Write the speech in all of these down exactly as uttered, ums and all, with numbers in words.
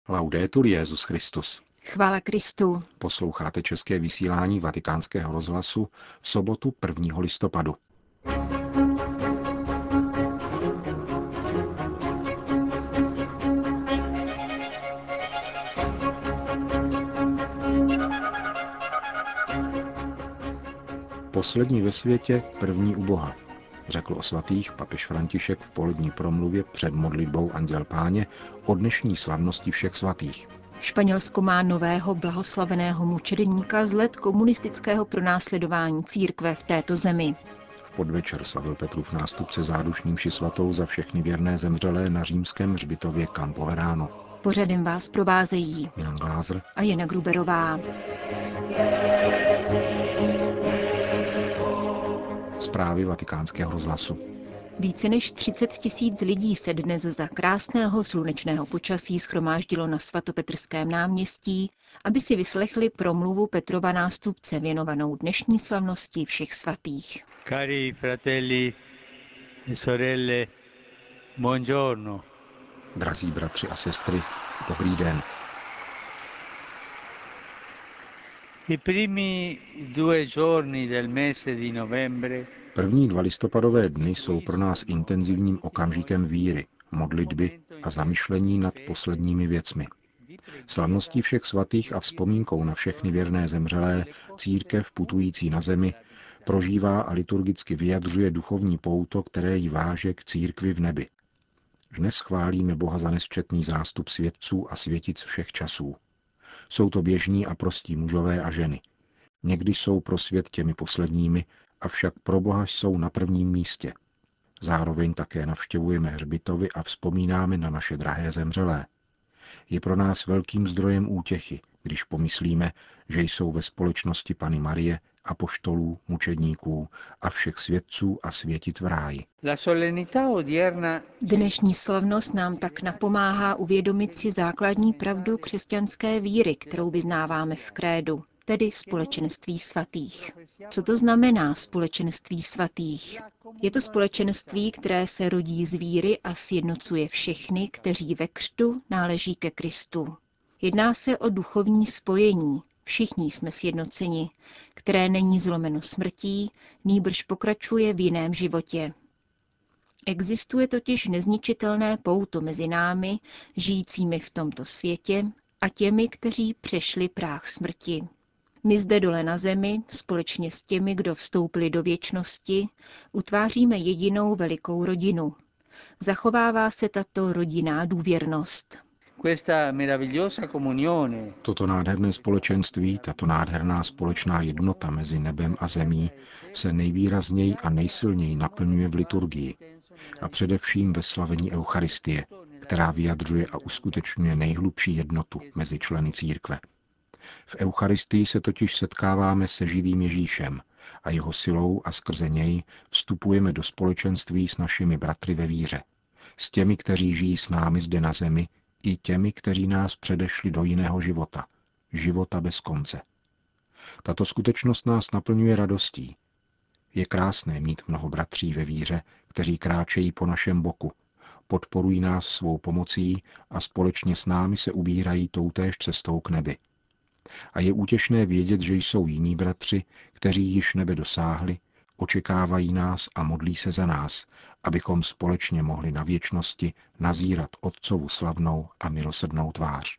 Laudetur Jesus Christus. Chvála Kristu. Posloucháte české vysílání Vatikánského rozhlasu v sobotu prvního listopadu. Poslední ve světě, první u Boha, řekl o svatých papež František v polední promluvě před modlitbou Anděl Páně o dnešní slavnosti všech svatých. Španělsko má nového blahoslaveného mučedníka z let komunistického pronásledování církve v této zemi. V podvečer slavil Petrův nástupce zádušní mši svatou za všechny věrné zemřelé na římském hřbitově Campo Verano. Pořadem vás provázejí Milan Glázer a Jana Gruberová. Zprávy Vatikánského rozhlasu. Více než třicet tisíc lidí se dnes za krásného slunečného počasí shromáždilo na svatopetrském náměstí, aby si vyslechli promluvu Petrova nástupce věnovanou dnešní slavnosti všech svatých. Cari fratelli e sorelle, buongiorno. Drazí bratři a sestry, dobrý den. I primi due giorni del mese di novembre První dva listopadové dny jsou pro nás intenzivním okamžikem víry, modlitby a zamyšlení nad posledními věcmi. Slavností všech svatých a vzpomínkou na všechny věrné zemřelé církev putující na zemi prožívá a liturgicky vyjadřuje duchovní pouto, které ji váže k církvi v nebi. Dnes chválíme Boha za nesčetný zástup svědců a světic všech časů. Jsou to běžní a prostí mužové a ženy. Někdy jsou pro svět těmi posledními, avšak pro Boha jsou na prvním místě. Zároveň také navštěvujeme hřbitovy a vzpomínáme na naše drahé zemřelé. Je pro nás velkým zdrojem útěchy, když pomyslíme, že jsou ve společnosti Panny Marie, apoštolů, mučedníků a všech svědců a světic v ráji. Dnešní slavnost nám tak napomáhá uvědomit si základní pravdu křesťanské víry, kterou vyznáváme v krédu, tedy společenství svatých. Co to znamená společenství svatých? Je to společenství, které se rodí z víry a sjednocuje všechny, kteří ve křtu náleží ke Kristu. Jedná se o duchovní spojení, všichni jsme sjednoceni, které není zlomeno smrtí, nýbrž pokračuje v jiném životě. Existuje totiž nezničitelné pouto mezi námi, žijícími v tomto světě, a těmi, kteří přešli práh smrti. My zde dole na zemi, společně s těmi, kdo vstoupili do věčnosti, utváříme jedinou velikou rodinu. Zachovává se tato rodinná důvěrnost. Toto nádherné společenství, tato nádherná společná jednota mezi nebem a zemí se nejvýrazněji a nejsilněji naplňuje v liturgii a především ve slavení Eucharistie, která vyjadřuje a uskutečňuje nejhlubší jednotu mezi členy církve. V Eucharistii se totiž setkáváme se živým Ježíšem a jeho silou a skrze něj vstupujeme do společenství s našimi bratry ve víře, s těmi, kteří žijí s námi zde na zemi, i těmi, kteří nás předešli do jiného života, života bez konce. Tato skutečnost nás naplňuje radostí. Je krásné mít mnoho bratří ve víře, kteří kráčejí po našem boku, podporují nás svou pomocí a společně s námi se ubírají toutéž cestou k nebi. A je útěšné vědět, že jsou jiní bratři, kteří již nebe dosáhli, očekávají nás a modlí se za nás, abychom společně mohli na věčnosti nazírat Otcovu slavnou a milosrdnou tvář.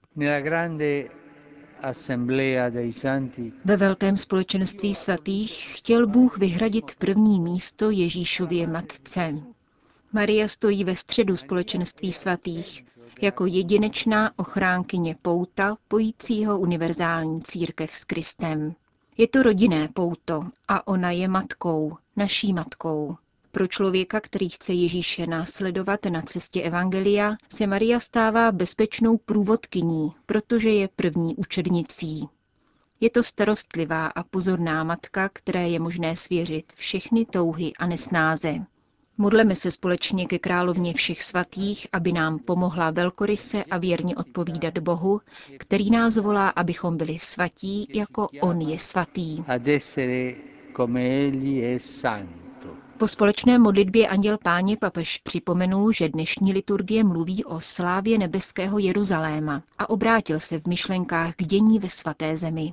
Ve velkém společenství svatých chtěl Bůh vyhradit první místo Ježíšově matce. Maria stojí ve středu společenství svatých, jako jedinečná ochránkyně pouta pojícího univerzální církev s Kristem. Je to rodinné pouto a ona je matkou, naší matkou. Pro člověka, který chce Ježíše následovat na cestě evangelia, se Maria stává bezpečnou průvodkyní, protože je první učednicí. Je to starostlivá a pozorná matka, které je možné svěřit všechny touhy a nesnáze. Modleme se společně ke královně všech svatých, aby nám pomohla velkoryse a věrně odpovídat Bohu, který nás volá, abychom byli svatí, jako On je svatý. Po společné modlitbě Anděl Páně papež připomenul, že dnešní liturgie mluví o slávě nebeského Jeruzaléma a obrátil se v myšlenkách k dění ve svaté zemi.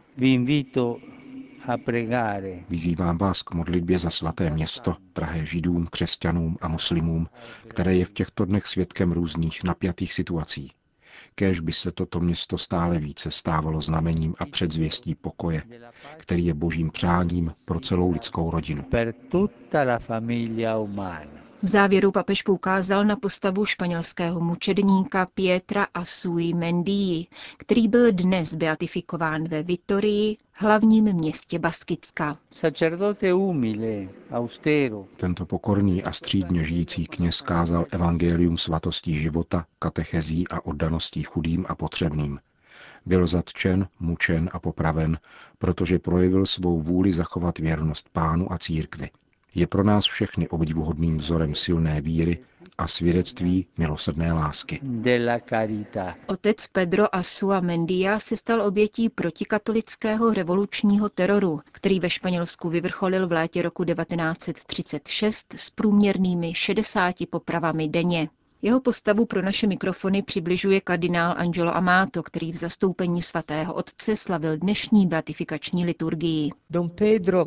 Vyzývám vás k modlitbě za svaté město, drahé Židům, křesťanům a muslimům, které je v těchto dnech svědkem různých napjatých situací. Kéž by se toto město stále více stávalo znamením a předzvěstí pokoje, který je božím přáním pro celou lidskou rodinu. V závěru papež poukázal na postavu španělského mučedníka Pietra Assuy Mendii, který byl dnes beatifikován ve Vitorii, hlavním městě Baskicka. Tento pokorný a střídně žijící kněz kázal evangelium svatostí života, katechezí a oddaností chudým a potřebným. Byl zatčen, mučen a popraven, protože projevil svou vůli zachovat věrnost Pánu a církvi. Je pro nás všechny obdivuhodným vzorem silné víry a svědectví milosrdné lásky. Otec Pedro Asua Mendia se stal obětí protikatolického revolučního teroru, který ve Španělsku vyvrcholil v létě roku devatenáct set třicet šest s průměrnými šedesáti popravami denně. Jeho postavu pro naše mikrofony přibližuje kardinál Angelo Amato, který v zastoupení svatého otce slavil dnešní beatifikační liturgii. Don Pedro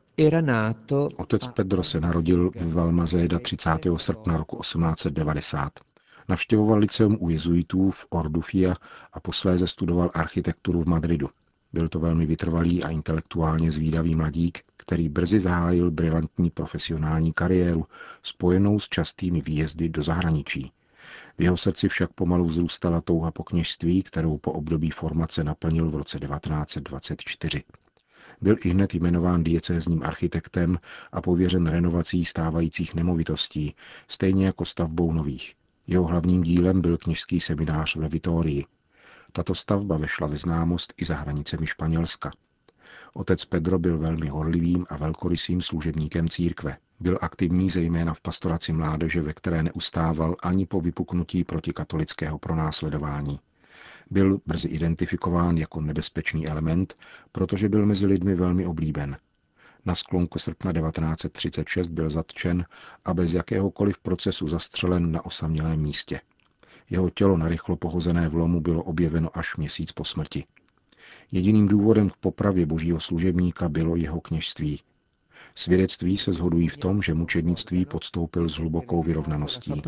Otec Pedro se narodil v Valmazéda třicátého srpna roku osmnáct set devadesát. Navštěvoval lyceum u jezuitů v Ordufia a posléze studoval architekturu v Madridu. Byl to velmi vytrvalý a intelektuálně zvídavý mladík, který brzy zahájil brilantní profesionální kariéru, spojenou s častými výjezdy do zahraničí. V jeho srdci však pomalu vzrůstala touha po kněžství, kterou po období formace naplnil v roce devatenáct set dvacet čtyři. Byl ihned jmenován diecézním architektem a pověřen renovací stávajících nemovitostí, stejně jako stavbou nových. Jeho hlavním dílem byl kněžský seminář ve Vitorii. Tato stavba vešla ve známost i za hranicemi Španělska. Otec Pedro byl velmi horlivým a velkorysým služebníkem církve. Byl aktivní zejména v pastoraci mládeže, ve které neustával ani po vypuknutí protikatolického pronásledování. Byl brzy identifikován jako nebezpečný element, protože byl mezi lidmi velmi oblíben. Na sklonku srpna devatenáct set třicet šest byl zatčen a bez jakéhokoliv procesu zastřelen na osamělém místě. Jeho tělo narychlo pohozené v lomu bylo objeveno až měsíc po smrti. Jediným důvodem k popravě božího služebníka bylo jeho kněžství. Svědectví se shodují v tom, že mučednictví podstoupil s hlubokou vyrovnaností.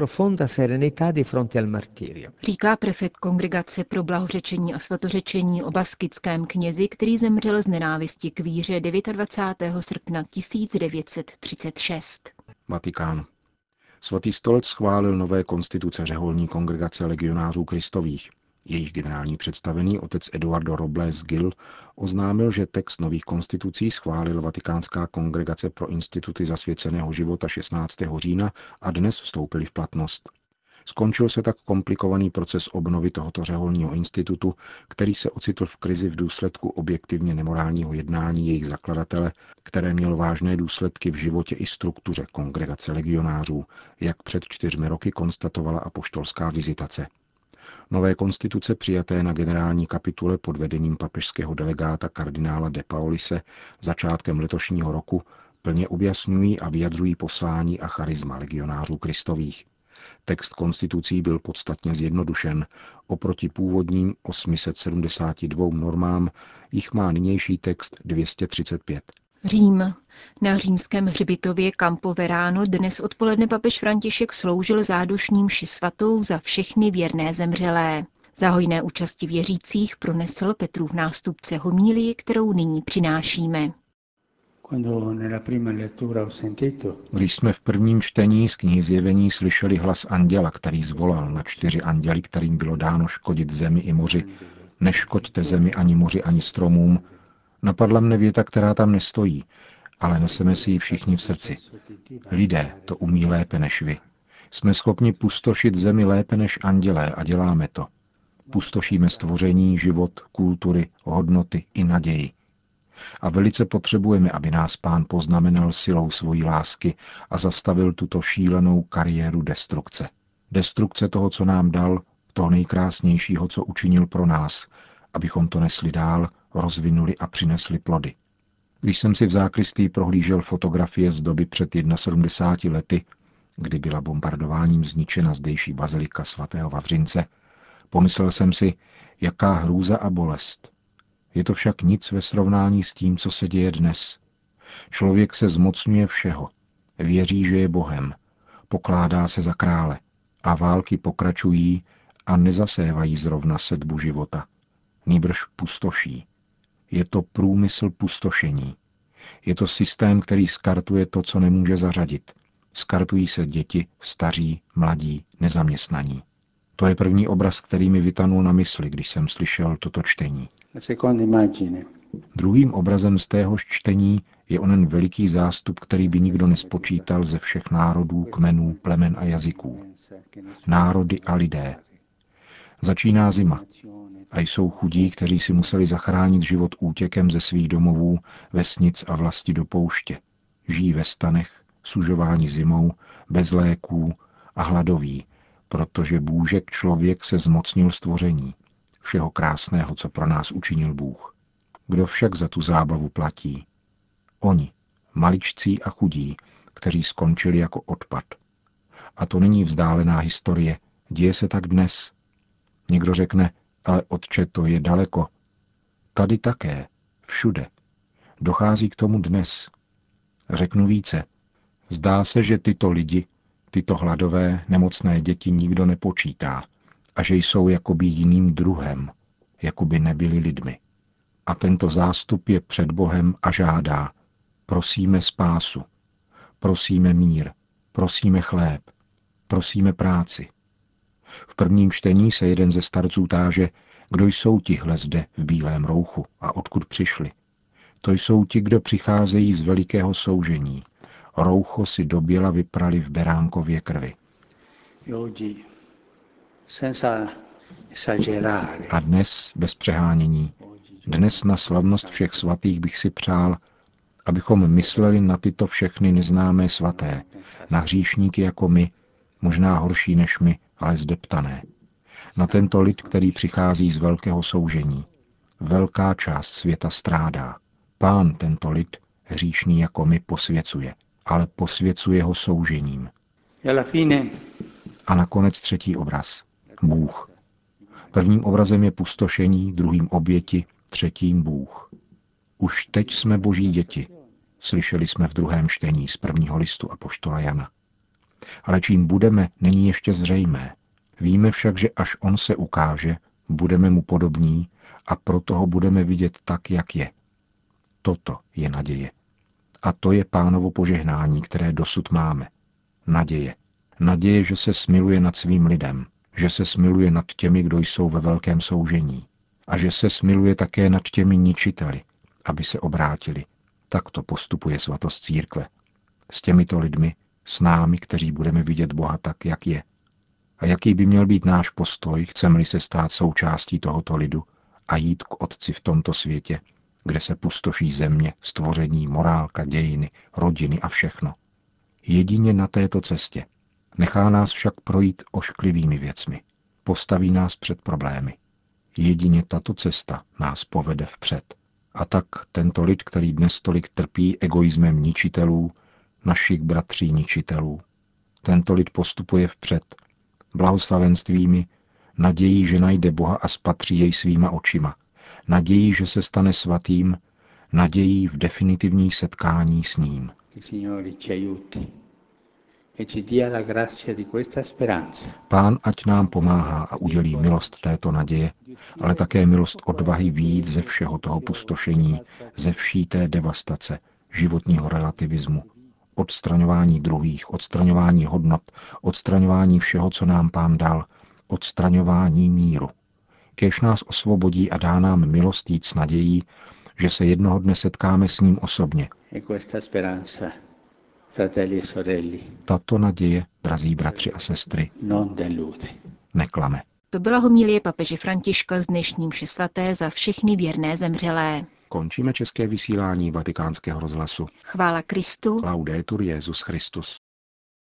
Říká prefekt Kongregace pro blahořečení a svatořečení o baskickém knězi, který zemřel z nenávisti k víře dvacátého devátého srpna tisíc devět set třicet šest. Vatikán. Svatý stolec schválil nové konstituce řeholní kongregace legionářů Kristových. Jejich generální představený otec Eduardo Robles Gil oznámil, že text nových konstitucí schválil Vatikánská kongregace pro instituty zasvěceného života šestnáctého října a dnes vstoupily v platnost. Skončil se tak komplikovaný proces obnovy tohoto řeholního institutu, který se ocitl v krizi v důsledku objektivně nemorálního jednání jejich zakladatele, které mělo vážné důsledky v životě i struktuře kongregace legionářů, jak před čtyřmi roky konstatovala apoštolská vizitace. Nové konstituce přijaté na generální kapitule pod vedením papežského delegáta kardinála de Paolise začátkem letošního roku plně objasňují a vyjadřují poslání a charisma legionářů Kristových. Text konstitucí byl podstatně zjednodušen. Oproti původním osm set sedmdesáti dvěma normám jich má nynější text dvě stě třicet pět. Řím. Na římském hřbitově Campo Verano dnes odpoledne papež František sloužil zádušní mši svatou za všechny věrné zemřelé. Za hojné účasti věřících pronesl Petrův nástupce homílii, kterou nyní přinášíme. Když jsme v prvním čtení z knihy Zjevení slyšeli hlas anděla, který zvolal na čtyři anděly, kterým bylo dáno škodit zemi i moři, neškoďte zemi ani moři ani stromům, napadla mne věta, která tam nestojí, ale neseme si ji všichni v srdci. Lidé to umí lépe než vy. Jsme schopni pustošit zemi lépe než andělé a děláme to. Pustošíme stvoření, život, kultury, hodnoty i naději. A velice potřebujeme, aby nás Pán poznamenal silou svojí lásky a zastavil tuto šílenou kariéru destrukce. Destrukce toho, co nám dal, toho nejkrásnějšího, co učinil pro nás, abychom to nesli dál, rozvinuli a přinesli plody. Když jsem si v zákristii prohlížel fotografie z doby před sedmdesáti jednou lety, kdy byla bombardováním zničena zdejší bazilika svatého Vavřince, pomyslel jsem si, jaká hrůza a bolest. Je to však nic ve srovnání s tím, co se děje dnes. Člověk se zmocňuje všeho, věří, že je Bohem, pokládá se za krále a války pokračují a nezasévají zrovna sedbu života. Nýbrž pustoší. Je to průmysl pustošení. Je to systém, který skartuje to, co nemůže zařadit. Skartují se děti, staří, mladí, nezaměstnaní. To je první obraz, který mi vytanul na mysli, když jsem slyšel toto čtení. Druhým obrazem z téhož čtení je onen veliký zástup, který by nikdo nespočítal ze všech národů, kmenů, plemen a jazyků. Národy a lidé. Začíná zima a jsou chudí, kteří si museli zachránit život útěkem ze svých domovů, vesnic a vlasti do pouště. Žijí ve stanech, sužováni zimou, bez léků a hladoví, protože bůžek člověk se zmocnil stvoření, všeho krásného, co pro nás učinil Bůh. Kdo však za tu zábavu platí? Oni, maličcí a chudí, kteří skončili jako odpad. A to není vzdálená historie, děje se tak dnes. Někdo řekne, ale otče, to je daleko. Tady také, všude. Dochází k tomu dnes. Řeknu více. Zdá se, že tyto lidi, tyto hladové, nemocné děti nikdo nepočítá a že jsou jakoby jiným druhem, jakoby nebyli lidmi. A tento zástup je před Bohem a žádá. Prosíme spásu, prosíme mír, prosíme chléb, prosíme práci. V prvním čtení se jeden ze starců táže, kdo jsou tihle zde v bílém rouchu a odkud přišli. To jsou ti, kdo přicházejí z velikého soužení. Roucho si do běla vyprali v beránkově krvi. A dnes, bez přehánění, dnes na slavnost všech svatých bych si přál, abychom mysleli na tyto všechny neznámé svaté, na hříšníky jako my, možná horší než my, ale zdeptané. Na tento lid, který přichází z velkého soužení. Velká část světa strádá. Pán tento lid, hříšný jako my, posvěcuje, ale posvěcuje ho soužením. A nakonec třetí obraz. Bůh. Prvním obrazem je pustošení, druhým oběti, třetím Bůh. Už teď jsme Boží děti, slyšeli jsme v druhém čtení z prvního listu apoštola Jana. Ale čím budeme, není ještě zřejmé. Víme však, že až on se ukáže, budeme mu podobní a proto ho budeme vidět tak, jak je. Toto je naděje. A to je Pánovo požehnání, které dosud máme. Naděje. Naděje, že se smiluje nad svým lidem, že se smiluje nad těmi, kdo jsou ve velkém soužení. A že se smiluje také nad těmi ničiteli, aby se obrátili. Tak to postupuje svatost církve. S těmito lidmi, s námi, kteří budeme vidět Boha tak, jak je. A jaký by měl být náš postoj, chceme-li se stát součástí tohoto lidu a jít k Otci v tomto světě, kde se pustoší země, stvoření, morálka, dějiny, rodiny a všechno. Jedině na této cestě. Nechá nás však projít ošklivými věcmi. Postaví nás před problémy. Jedině tato cesta nás povede vpřed. A tak tento lid, který dnes tolik trpí egoismem ničitelů, našich bratří ničitelů, tento lid postupuje vpřed, blahoslavenstvími, nadějí, že najde Boha a spatří jej svýma očima, nadějí, že se stane svatým, nadějí v definitivní setkání s ním. Pán ať nám pomáhá a udělí milost této naděje, ale také milost odvahy vyjít ze všeho toho pustošení, ze vší té devastace, životního relativismu, odstraňování druhých, odstraňování hodnot, odstraňování všeho, co nám Pán dal, odstraňování míru. Kéž nás osvobodí a dá nám milost jít s nadějí, že se jednoho dne setkáme s ním osobně. Tato naděje, drazí bratři a sestry, neklame. To byla homilie papeže Františka z dnešní mše svaté za všechny věrné zemřelé. Končíme české vysílání Vatikánského rozhlasu. Chvála Kristu. Laudetur Jesus Christus.